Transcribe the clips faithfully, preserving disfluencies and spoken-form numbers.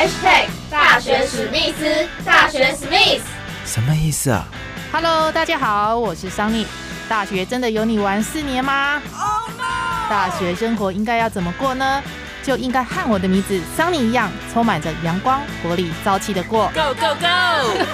hashtag 大学史密斯，大学史密斯， 什么意思啊 ？Hello， 大家好，我是桑尼。大学真的有你玩四年吗？ Oh no！ 大学生活应该要怎么过呢？就应该和我的名字桑尼一样，充满着阳光、活力、朝气的过。 Go go go！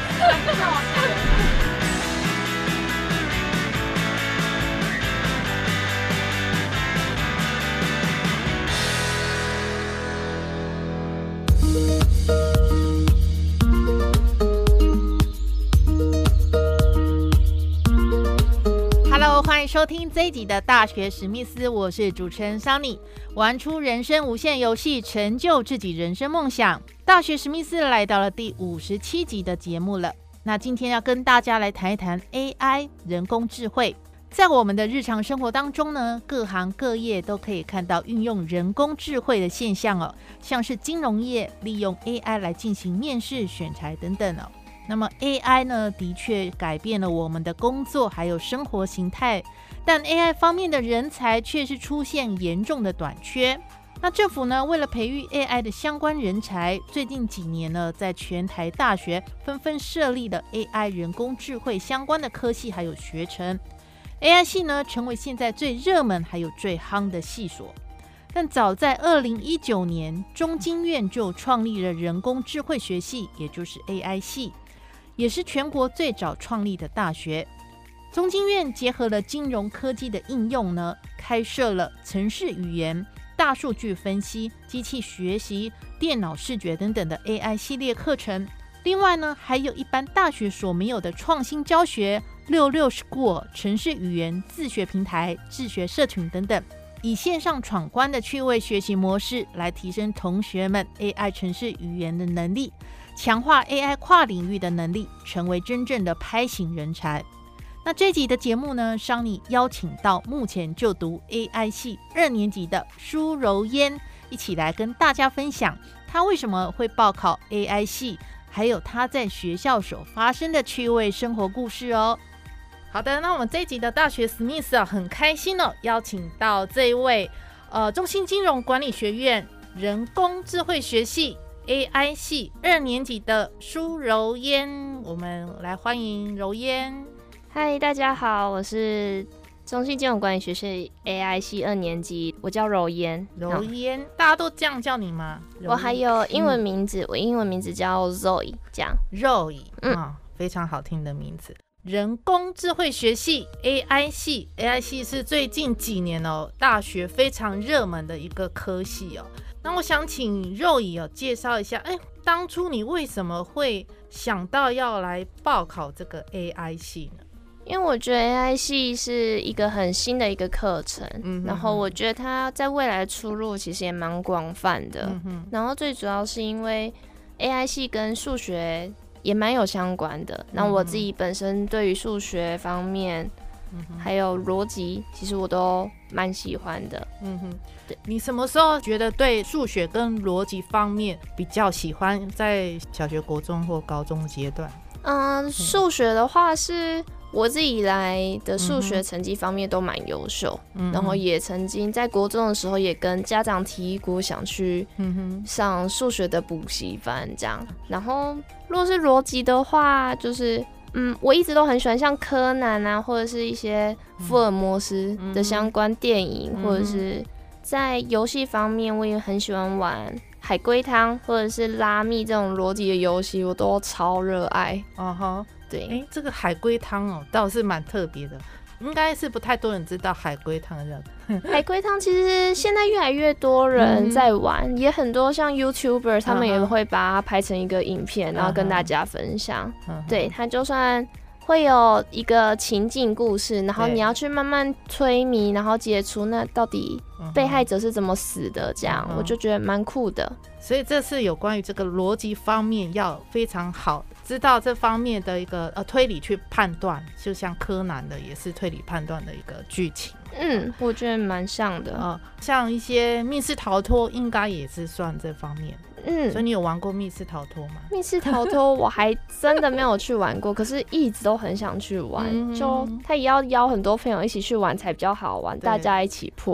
欢迎收听这一集的大学史密斯，我是主持人桑尼。玩出人生无限游戏，成就自己人生梦想。大学史密斯来到了第五十七集的节目了。那今天要跟大家来谈一谈 A I 人工智慧。在我们的日常生活当中呢，各行各业都可以看到运用人工智慧的现象哦，像是金融业利用 A I 来进行面试、选才等等哦。那么 A I 呢，的确改变了我们的工作还有生活形态，但 A I 方面的人才却是出现严重的短缺。那政府呢，为了培育 A I 的相关人才，最近几年呢，在全台大学纷纷设立了 A I 人工智慧相关的科系还有学程。A I 系呢，成为现在最热门还有最夯的系所。但早在二零一九年，中经院就创立了人工智慧学系，也就是 A I 系。也是全国最早创立的大学。中经院结合了金融科技的应用呢，开设了程式语言、大数据分析、机器学习、电脑视觉等等的 A I 系列课程。另外呢，还有一般大学所没有的创新教学、六六 School 程式语言自学平台、自学社群等等，以线上闯关的趣味学习模式来提升同学们 A I 程式语言的能力，强化 A I 跨领域的能力，成为真正的拍型人才。那这集的节目呢，桑尼邀请到目前就读 A I 系二年级的苏柔嫣，一起来跟大家分享她为什么会报考 A I 系，还有她在学校所发生的趣味生活故事哦。好的，那我们这一集的大学史密斯啊，很开心哦，邀请到这一位呃中兴金融管理学院人工智慧学系A I 系二年级的苏柔嫣，我们来欢迎柔嫣。 嗨，大家好，我是中兴金融管理学系 A I 系二年级，我叫柔嫣。 柔嫣，大家都这样叫你吗？ 我还有英文名字，嗯、我英文名字叫 Zoe， 这样。 Zoe， 嗯、 哦，非常好听的名字。人工智慧学系 A I 系 ，A I 系是最近几年哦，大学非常热门的一个科系哦。那我想请肉姨哦介绍一下，哎，当初你为什么会想到要来报考这个 A I 系呢？ 因为我觉得 A I 系是一个很新的一个课程，嗯、然后我觉得它在未来的出路其实也蛮广泛的、嗯。然后最主要是因为 A I 系跟数学也蛮有相关的。那、嗯、我自己本身对于数学方面，嗯、还有逻辑，其实我都蛮喜欢的。 嗯哼，你什么时候觉得对数学跟逻辑方面比较喜欢？在小学、国中或高中阶段？ 嗯，数学的话是我自己以来的数学成绩方面都蛮优秀、嗯，然后也曾经在国中的时候也跟家长提议过想去上数学的补习班这样。然后如果是逻辑的话，就是嗯，我一直都很喜欢像柯南啊，或者是一些福尔摩斯的相关电影，嗯、或者是在游戏方面，我也很喜欢玩海龟汤或者是拉密这种逻辑的游戏，我都超热爱。 哦哈， 对， 哎，这个海龟汤哦，倒是蛮特别的，应该是不太多人知道海龟汤的。 海龟汤其实现在越来越多人在玩，嗯、也很多像 YouTuber 他们也会把它拍成一个影片，然后跟大家分享。嗯、对，它就算会有一个情境故事，然后你要去慢慢推迷，然后解除那到底被害者是怎么死的，这样、嗯、我就觉得蛮酷的。 所以这是有关于这个逻辑方面要非常好，知道这方面的一个呃推理去判断，就像柯南的也是推理判断的一个剧情。 嗯，我觉得蛮像的。 呃，像一些密室逃脱应该也是算这方面。嗯，所以你有玩过密室逃脱吗？ 密室逃脱我还真的没有去玩过，可是一直都很想去玩。嗯、就他也要邀很多朋友一起去玩才比较好玩，大家一起破。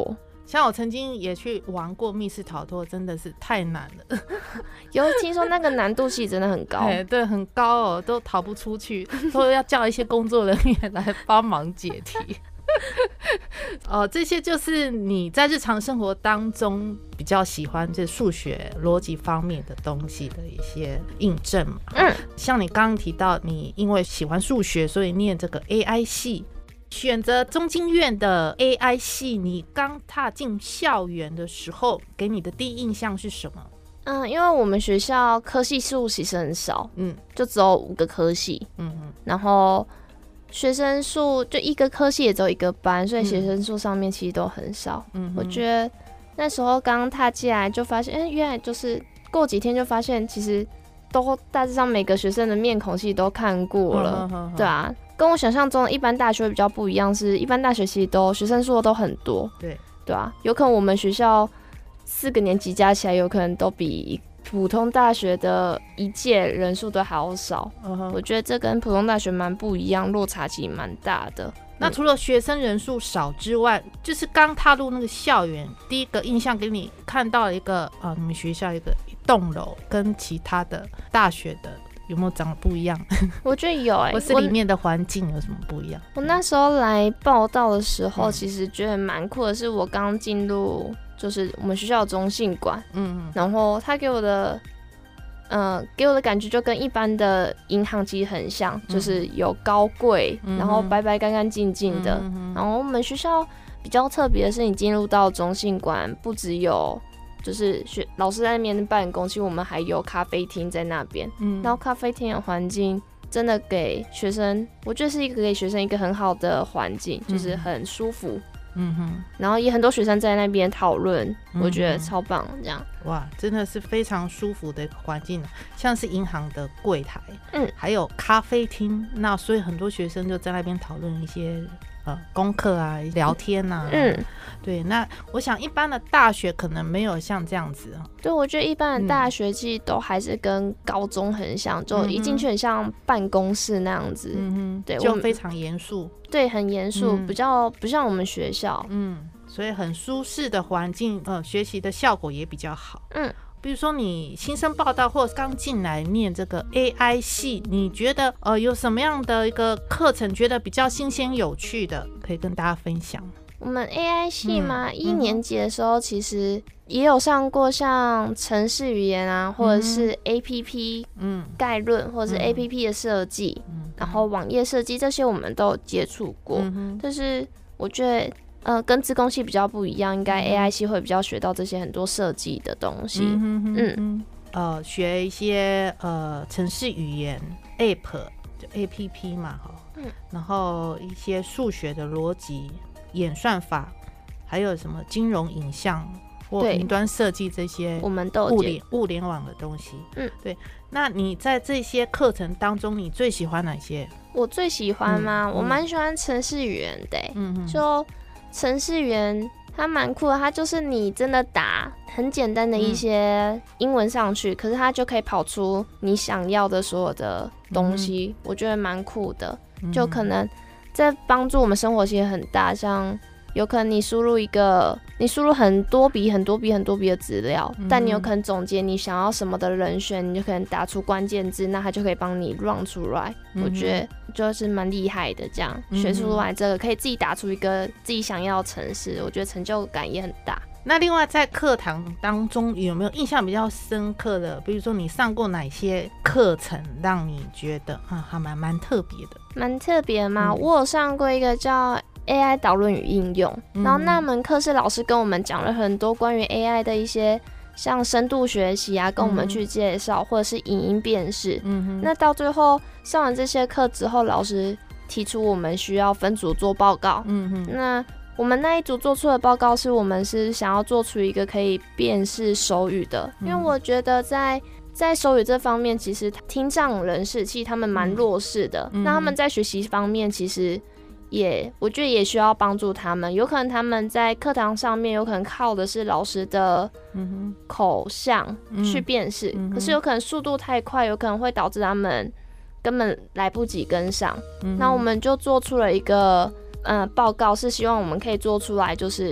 像我曾经也去玩过密室逃脱，真的是太难了。 有听说那个难度系真的很高， 对，很高哦，都逃不出去，都要叫一些工作人员来帮忙解题。哦，这些就是你在日常生活当中比较喜欢这数学逻辑方面的东西的一些印证嘛。嗯，像你刚刚提到，你因为喜欢数学，所以念这个 A I 系。选择中经院的 A I 系，你刚踏进校园的时候，给你的第一印象是什么？ 嗯，因为我们学校科系数其实很少，嗯，就只有五个科系，嗯嗯，然后学生数就一个科系也只有一个班，所以学生数上面其实都很少。嗯，我觉得那时候刚踏进来就发现，哎、欸，原来就是过几天就发现，其实都大致上每个学生的面孔其实都看过了，嗯、对啊。跟我想象中的一般大学比较不一样，是一般大学其实都学生数都很多，对对啊，有可能我们学校四个年级加起来，有可能都比普通大学的一届人数都还要少。Uh-huh. 我觉得这跟普通大学蛮不一样，落差其实蛮大的。 那除了学生人数少之外，就是刚踏入那个校园，第一个印象给你看到一个啊，你们学校一个一栋楼跟其他的大学的。有没有长得不一样？ 我觉得有哎、欸， 或是里面的环境有什么不一样？ 我那时候来报到的时候，嗯、其实觉得蛮酷的，是我刚进入就是我们学校的中信馆，嗯嗯，然后他给我的，呃，给我的感觉就跟一般的银行其实很像，嗯、就是有高柜，嗯、然后白白干干净净的。嗯、然后我们学校比较特别的是，你进入到中信馆，不只有就是学老师在那边办公，其实我们还有咖啡厅在那边，嗯，然后咖啡厅的环境真的给学生，我觉得是一个给学生一个很好的环境，嗯、就是很舒服，嗯哼，然后也很多学生在那边讨论，嗯，我觉得超棒，这样， 哇，真的是非常舒服的一个环境，像是银行的柜台，嗯，还有咖啡厅，那所以很多学生就在那边讨论一些。呃，功课啊，聊天啊，嗯，对，那我想一般的大学可能没有像这样子， 对，我觉得一般的大学其实都还是跟高中很像，嗯、就一进去很像办公室那样子，嗯哼，对， 就非常严肃， 对，很严肃，嗯，比较不像我们学校， 嗯，所以很舒适的环境，呃，学习的效果也比较好，嗯。比如说你新生报到或者刚进来念这个 A I 系，你觉得呃有什么样的一个课程觉得比较新鲜有趣的，可以跟大家分享？ 我们 A I 系嘛，嗯、一年级的时候其实也有上过像程式语言啊，或者是 A P P 概论，或者是 A P P 的设计，嗯、然后网页设计这些我们都有接触过，嗯、但是我觉得。呃，跟资工系比较不一样，应该 A I 系会比较学到这些很多设计的东西。嗯哼哼哼嗯，呃，学一些呃程式语言 App 就 A P P 嘛，哈，嗯，然后一些数学的逻辑、演算法，还有什么金融影像或云端设计这些， 我们都物联物联网的东西。嗯，对。那你在这些课程当中，你最喜欢哪些？ 我最喜欢吗？嗯、我蛮喜欢程式语言的、欸。嗯嗯，就。程式员它蛮酷的，它就是你真的打很简单的一些英文上去，嗯、可是它就可以跑出你想要的所有的东西，嗯、我觉得蛮酷的。嗯、就可能在帮助我们生活其实很大，像有可能你输入一个，你输入很多笔、很多笔、很多笔的资料，嗯、但你有可能总结你想要什么的人选，你就可能打出关键字，那它就可以帮你 run 出来。嗯、我觉得就是蛮厉害的，这样、嗯、学出来这个可以自己打出一个自己想要的程式，我觉得成就感也很大。 那另外在课堂当中有没有印象比较深刻的？比如说你上过哪些课程让你觉得啊还蛮蛮特别的？ 蛮特别吗？嗯、我有上过一个叫 A I 导论与应用，嗯、然后那门课是老师跟我们讲了很多关于 A I 的一些像深度学习啊，跟我们去介绍，嗯、或者是影音辨识。嗯、那到最后上完这些课之后，老师提出我们需要分组做报告。嗯、那我们那一组做出的报告是我们是想要做出一个可以辨识手语的，嗯、因为我觉得在在手语这方面，其实听障人士其实他们蛮弱势的，嗯、那他们在学习方面其实也我觉得也需要帮助他们，有可能他们在课堂上面有可能靠的是老师的口相去辨识，嗯、可是有可能速度太快，有可能会导致他们根本来不及跟上。嗯、那我们就做出了一个呃报告，是希望我们可以做出来，就是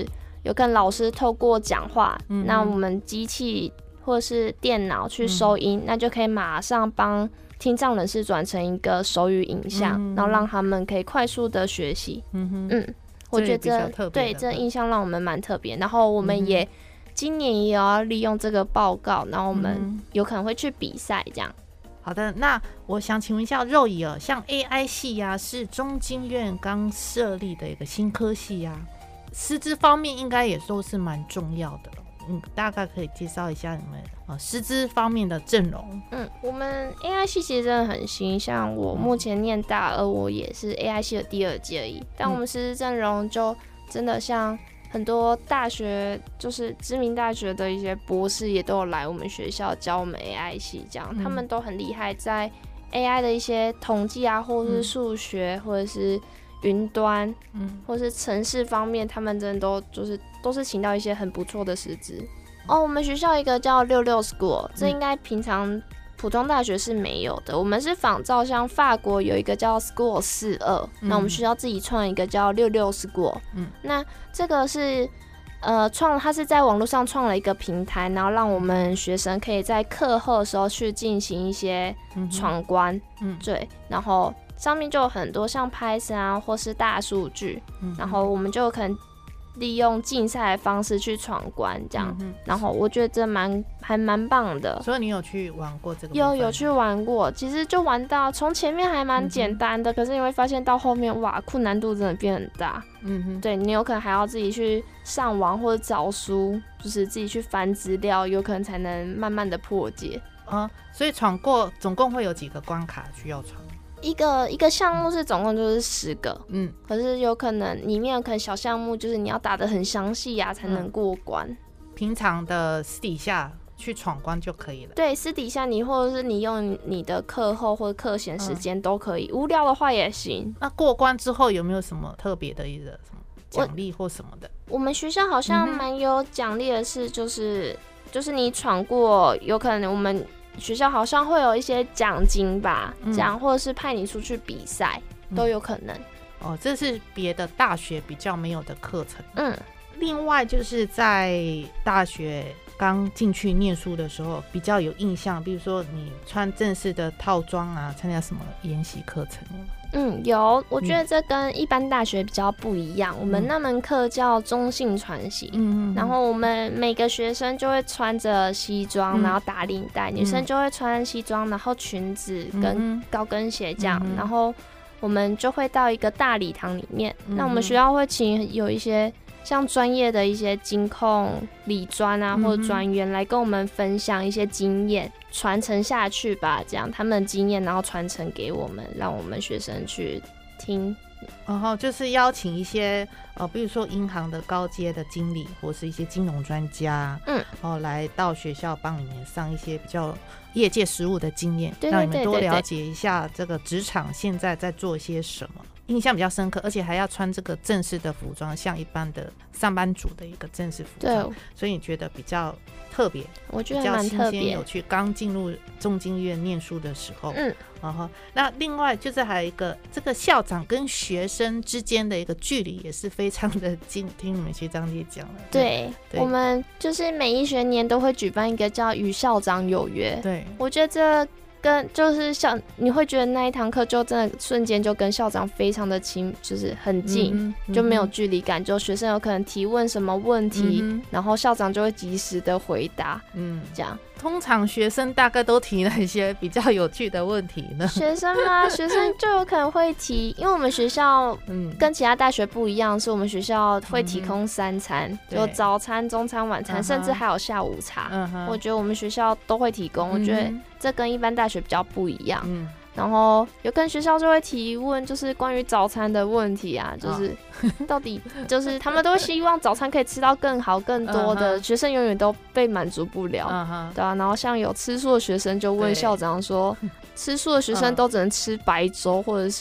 有可能老师透过讲话， 嗯、 那我们机器或是电脑去收音，嗯、那就可以马上帮听障人士转成一个手语影像，嗯、然后让他们可以快速的学习。嗯哼，嗯，我觉得这对这印象让我们蛮特别。然后我们也、嗯、今年也要利用这个报告，然后我们有可能会去比赛这样。 好的，那我想请问一下肉姨，像 A I 系啊，是中经院刚设立的一个新科系啊，师资方面应该也都是蛮重要的。嗯，大概可以介绍一下你们呃师资方面的阵容。 嗯，我们 A I 系其实真的很新，像我目前念大二，我也是 A I 系的第二届而已。但我们师资阵容就真的像很多大学，就是知名大学的一些博士也都有来我们学校教我们 A I 系，这样、嗯、他们都很厉害，在 A I 的一些统计啊，或者是数学，嗯、或者是云端，嗯，或是程式方面，他们真的都就是都是请到一些很不错的师资。哦，我们学校一个叫六六 School， 这应该平常普通大学是没有的。我们是仿照像法国有一个叫 School 四二，那我们学校自己创一个叫六六 School。嗯，那这个是呃创，它是在网络上创了一个平台，然后让我们学生可以在课后的时候去进行一些闯关。嗯，对，然后上面就有很多像 Python 啊，或是大数据，嗯、然后我们就可能利用竞赛的方式去闯关，这样，嗯、然后我觉得这蛮还蛮棒的。 所以你有去玩过这个？ 有有去玩过，其实就玩到从前面还蛮简单的，嗯、可是你会发现到后面哇，困难度真的变很大。嗯哼，对你有可能还要自己去上网或者找书，就是自己去翻资料，有可能才能慢慢的破解。 啊、嗯，所以闯过总共会有几个关卡需要闯？ 一个一个项目是总共就是十个，嗯，可是有可能里面可能小项目就是你要打得很详细呀，才能过关。嗯、 平常的私底下去闯关就可以了。 对，私底下你或者是你用你的课后或者课闲时间都可以，嗯、无聊的话也行。 那过关之后有没有什么特别的一个什么奖励或什么的？ 我, 我们学校好像蛮有奖励的是，就是、嗯、就是你闯过，有可能我们学校好像会有一些奖金吧，这样、嗯、或者是派你出去比赛、嗯、都有可能。 哦，这是别的大学比较没有的课程。嗯，另外就是在大学刚进去念书的时候比较有印象，比如说你穿正式的套装啊，参加什么研习课程？ 嗯，有，我觉得这跟一般大学比较不一样。嗯、我们那门课叫中性传习，嗯，然后我们每个学生就会穿着西装，嗯、然后打领带，嗯、女生就会穿西装，然后裙子跟高跟鞋这样，嗯、然后我们就会到一个大礼堂里面。嗯、那我们学校会请有一些像专业的一些金控理专啊，或者专员来跟我们分享一些经验，传承下去吧，这样他们的经验然后传承给我们，让我们学生去听。 然后就是邀请一些呃，比如说银行的高阶的经理，或是一些金融专家，嗯，然后来到学校帮你们上一些比较业界实务的经验， 对对对对对， 让你们多了解一下这个职场现在在做些什么。印象比较深刻，而且还要穿这个正式的服装，像一般的上班族的一个正式服装，对，所以你觉得比较特别， 我觉得蛮特别， 比较新鲜有趣。刚进入中经院念书的时候，嗯，然后那另外就是还有一个这个校长跟学生之间的一个距离也是非常的近，听你们学长姐讲了。 对，对，我们就是每一学年都会举办一个叫与校长有约， 对， 我觉得这跟就是校，你会觉得那一堂课就真的瞬间就跟校长非常的亲，就是很近，嗯嗯、就没有距离感。就学生有可能提问什么问题，嗯、然后校长就会及时的回答。嗯，这样。 通常学生大概都提了一些比较有趣的问题呢。 学生吗？学生就有可能会提，因为我们学校跟其他大学不一样，是我们学校会提供三餐，嗯、就早餐、中餐、晚餐，嗯、甚至还有下午茶。嗯、我觉得我们学校都会提供，嗯、我觉得这跟一般大学比较不一样。嗯，然后有跟学校就会提问，就是关于早餐的问题啊，就是到底就是他们都希望早餐可以吃到更好更多的， uh-huh. 学生永远都被满足不了， uh-huh. 对啊，然后像有吃素的学生就问校长说，吃素的学生都只能吃白粥或者是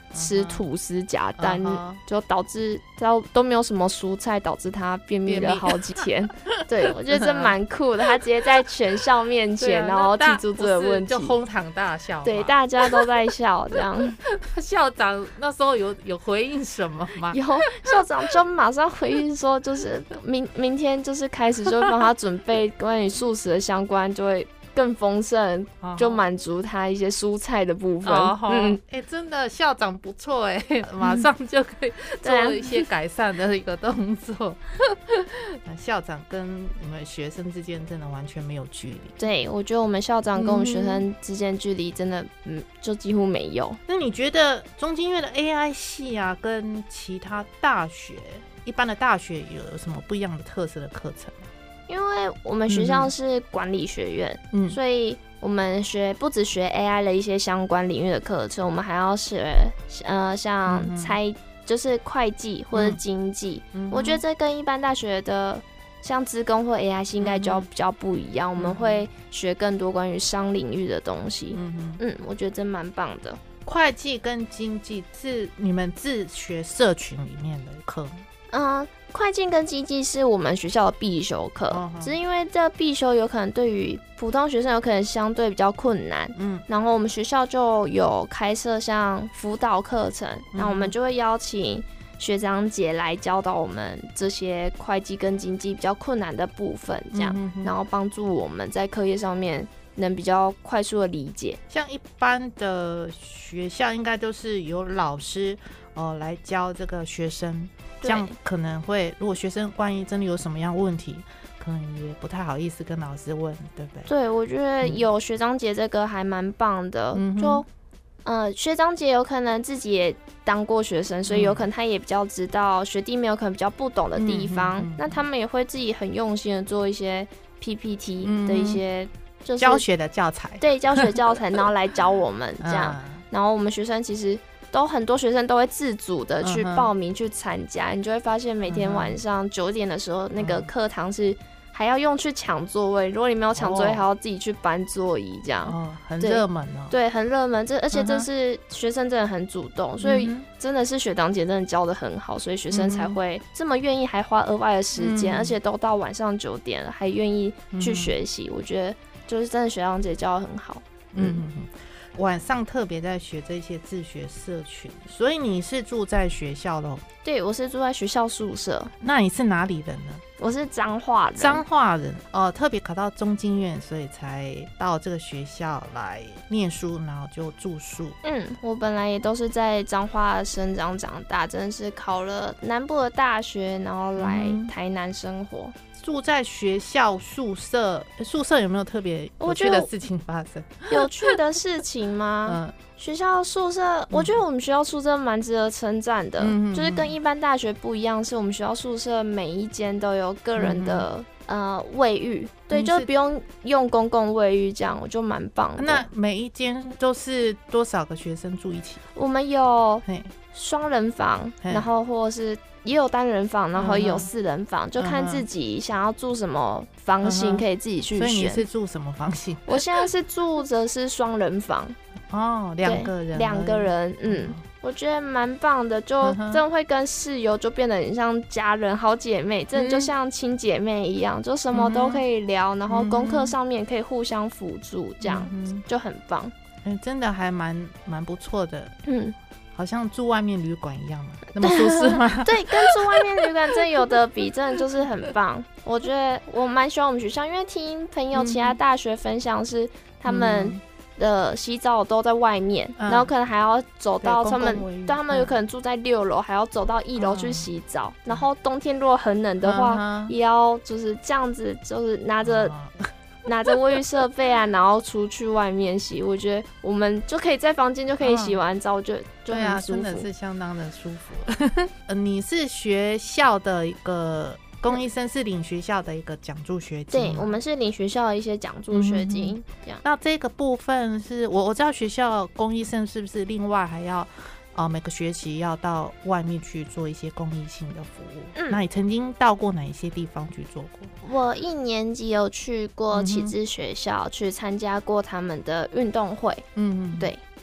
吃吐司夹蛋， uh-huh. 就导致都都没有什么蔬菜，导致他便秘了好几天。对，我觉得这蛮酷的，他直接在全校面前、啊、然后提出这个问题， 就哄堂大笑。 对，大家都在笑这样。 校长那时候有有回应什么吗？ 有，校长就马上回应说，就是明明天就是开始就会帮他准备关于素食的相关，就会更丰盛， oh. 就满足他一些蔬菜的部分。 哦、oh. 嗯， 哎、欸，真的校长不错哎，马上就可以做一些改善的一个动作。校长跟你们学生之间真的完全没有距离。 对，我觉得我们校长跟我们学生之间距离真的，嗯，就几乎没有。 那你觉得中经院的 A I 系啊，跟其他大学一般的大学有什么不一样的特色的课程吗？ 因为我们学校是管理学院，嗯，所以我们学不只学 A I 的一些相关领域的课程，我们还要学呃像财、嗯、就是会计或者经济、嗯。我觉得这跟一般大学的像资工或 A I 系应该就要比较不一样、嗯，我们会学更多关于商领域的东西。嗯嗯，我觉得真蛮棒的。 会计跟经济是你们自学社群里面的课吗？ 嗯，会计跟经济是我们学校的必修课， oh, 只是因为这必修有可能对于普通学生有可能相对比较困难，嗯，然后我们学校就有开设像辅导课程，然后我们就会邀请学长姐来教导我们这些会计跟经济比较困难的部分，这样，嗯、然后帮助我们在课业上面能比较快速的理解。 像一般的学校应该都是由老师呃来教这个学生。这样可能会，如果学生万一真的有什么样问题，可能也不太好意思跟老师问，对不对？ 对，我觉得有学长姐这个还蛮棒的，嗯、就呃学长姐有可能自己也当过学生，所以有可能他也比较知道学弟妹有可能比较不懂的地方，嗯、那他们也会自己很用心的做一些 P P T 的一些、就是、 教学的教材， 对，教学教材，然后来教我们这样，嗯、然后我们学生其实。都很多学生都会自主的去报名去参加， uh-huh. 你就会发现每天晚上九点的时候， uh-huh. 那个课堂是还要用去抢座位，如果你没有抢座位， oh. 还要自己去搬座椅，这样，哦， 很热门哦。 对，很热门，这而且这是学生真的很主动， uh-huh. 所以真的是学长姐真的教得很好，所以学生才会这么愿意，还花额外的时间， uh-huh. 而且都到晚上九点了，还愿意去学习， uh-huh. 我觉得就是真的学长姐教得很好，嗯。 Uh-huh. 晚上特别在学这些自学社群，所以你是住在学校咯？ 对，我是住在学校宿舍。 那你是哪里人呢？ 我是彰化人。 彰化人哦，特别考到中经院，所以才到这个学校来念书，然后就住宿。 嗯，我本来也都是在彰化生长长大，真的是考了南部的大学，然后来台南生活。嗯， 住在学校宿舍，宿舍有没有特别有趣的事情发生？ 有趣的事情吗？嗯，学校宿舍，我觉得我们学校宿舍蛮值得称赞的，嗯，就是跟一般大学不一样，是我们学校宿舍每一间都有个人的，嗯，呃卫浴，对，就不用用公共卫浴，这样我就蛮棒的。 那每一间都是多少个学生住一起？ 我们有双人房，然后或者是。也有单人房，然后也有四人房， uh-huh. 就看自己想要住什么房型， uh-huh. 可以自己去选。 所以你是住什么房型？ 我现在是住的是双人房。 哦，两个人， 两个人，嗯，我觉得蛮棒的，就真的会跟室友就变得很像家人、好姐妹，真的就像亲姐妹一样，就什么都可以聊，然后功课上面可以互相辅助，这样，嗯，就很棒。 欸，真的还蛮蛮不错的，嗯。好像住外面旅馆一样嘛，那么舒适吗？ 对，跟住外面旅馆真的有的比，真的就是很棒。我觉得我蛮喜欢我们学校，因为听朋友其他大学分享是他们的洗澡都在外面，嗯，然后可能还要走到他们，对，对他们有可能住在六楼，嗯，还要走到一楼去洗澡，嗯，然后冬天如果很冷的话，嗯，也要就是这样子，就是拿着。嗯拿着卫浴设备啊，然后出去外面洗，我觉得我们就可以在房间就可以洗完澡，就就很舒服。 对啊，真的是相当的舒服。呃，你是学校的一个公医生，是领学校的一个奖助学金？ 对，我们是领学校的一些奖助学金，嗯，这样。 那这个部分是我我知道学校公医生是不是另外还要？呃，每个学期要到外面去做一些公益性的服务。嗯，那你曾经到过哪一些地方去做过？ 我一年级有去过启智学校，嗯，去参加过他们的运动会。嗯，对。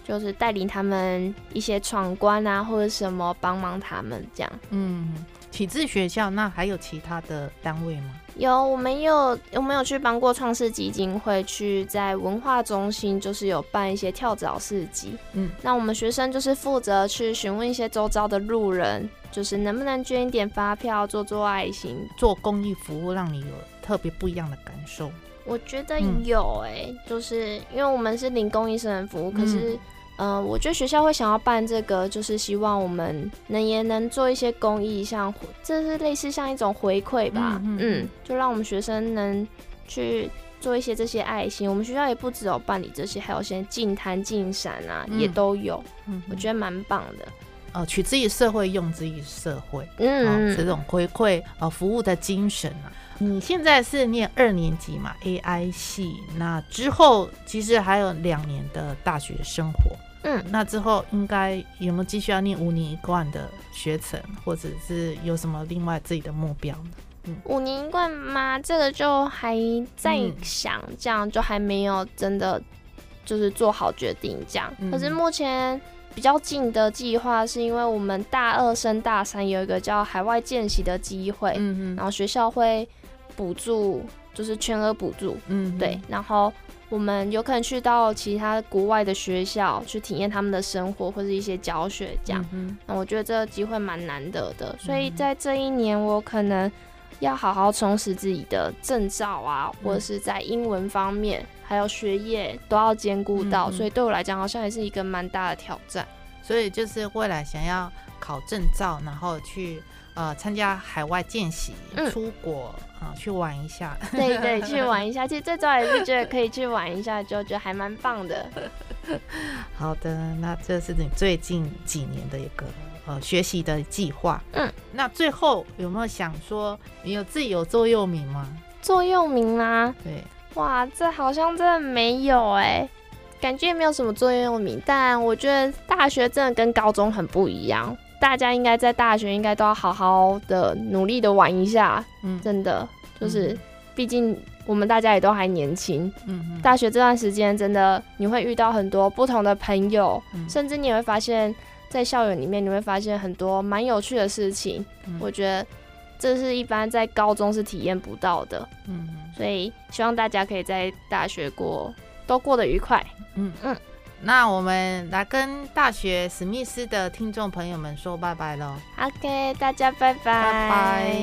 就是带领他们一些闯关啊，或者什么帮忙他们这样。 嗯，启智学校那还有其他的单位吗？ 有，我们有我们有去帮过创世基金会，去在文化中心就是有办一些跳蚤市集。嗯，那我们学生就是负责去询问一些周遭的路人，就是能不能捐一点发票，做做爱心， 做公益服务，让你有特别不一样的感受。 我觉得有诶、欸嗯，就是因为我们是领公益生人服务，可是。嗯嗯、呃，我觉得学校会想要办这个，就是希望我们能也能做一些公益，像这是类似像一种回馈吧，嗯, 嗯, 嗯，就让我们学生能去做一些这些爱心。我们学校也不只有办理这些，还有些净滩、净山啊、嗯，也都有，嗯，我觉得蛮棒的。 哦，取之于社会，用之于社会，嗯，哦、这种回馈呃服务的精神啊。你现在是念二年级嘛 ，A I 系，那之后其实还有两年的大学生活，嗯，那之后应该有没有继续要念五年一贯的学程，或者是有什么另外自己的目标呢？ 嗯、五年一贯吗？这个就还在想，嗯、这样就还没有真的就是做好决定这样。嗯、可是目前比较近的计划是因为我们大二升大三有一个叫海外见习的机会，嗯、然后学校会补助，就是全额补助，嗯，对，然后我们有可能去到其他国外的学校去体验他们的生活或是一些教学这样，嗯，那我觉得这个机会蛮难得的，所以在这一年我可能要好好充实自己的证照啊，嗯、或者是在英文方面还有学业都要兼顾到，嗯，所以对我来讲好像也是一个蛮大的挑战。 所以就是未来想要考证照，然后去呃参加海外见习，嗯、出国啊、呃、去玩一下。 对对，去玩一下。其实最早也是觉得可以去玩一下，就觉得还蛮棒的。 好的，那这是你最近几年的一个呃学习的计划。嗯，那最后有没有想说，你有自己有座右铭吗？ 座右铭吗？ 对， 哇，这好像真的没有哎、欸。感觉也没有什么座右铭，但我觉得大学真的跟高中很不一样。大家应该在大学应该都要好好的努力的玩一下，嗯，真的就是，嗯、毕竟我们大家也都还年轻，嗯，大学这段时间真的你会遇到很多不同的朋友，嗯、甚至你也会发现，在校园里面你会发现很多蛮有趣的事情。嗯、我觉得这是一般在高中是体验不到的，嗯，所以希望大家可以在大学过都过得愉快。嗯嗯， 那我们来跟大学史密斯的听众朋友们说拜拜咯。 OK， 大家拜拜拜拜。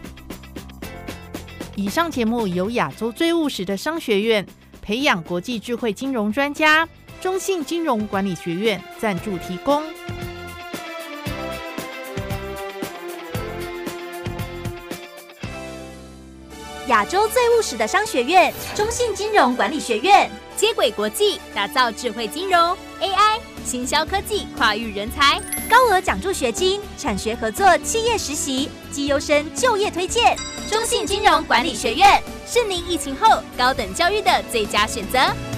以上节目由亚洲最务实的商学院培养国际智慧金融专家中信金融管理学院赞助提供。 亚洲最务实的商学院中信金融管理学院，接轨国际，打造智慧金融 A I 行销科技跨域人才，高额奖助学金，产学合作企业实习，绩优生就业推荐。中信金融管理学院是您疫情后高等教育的最佳选择。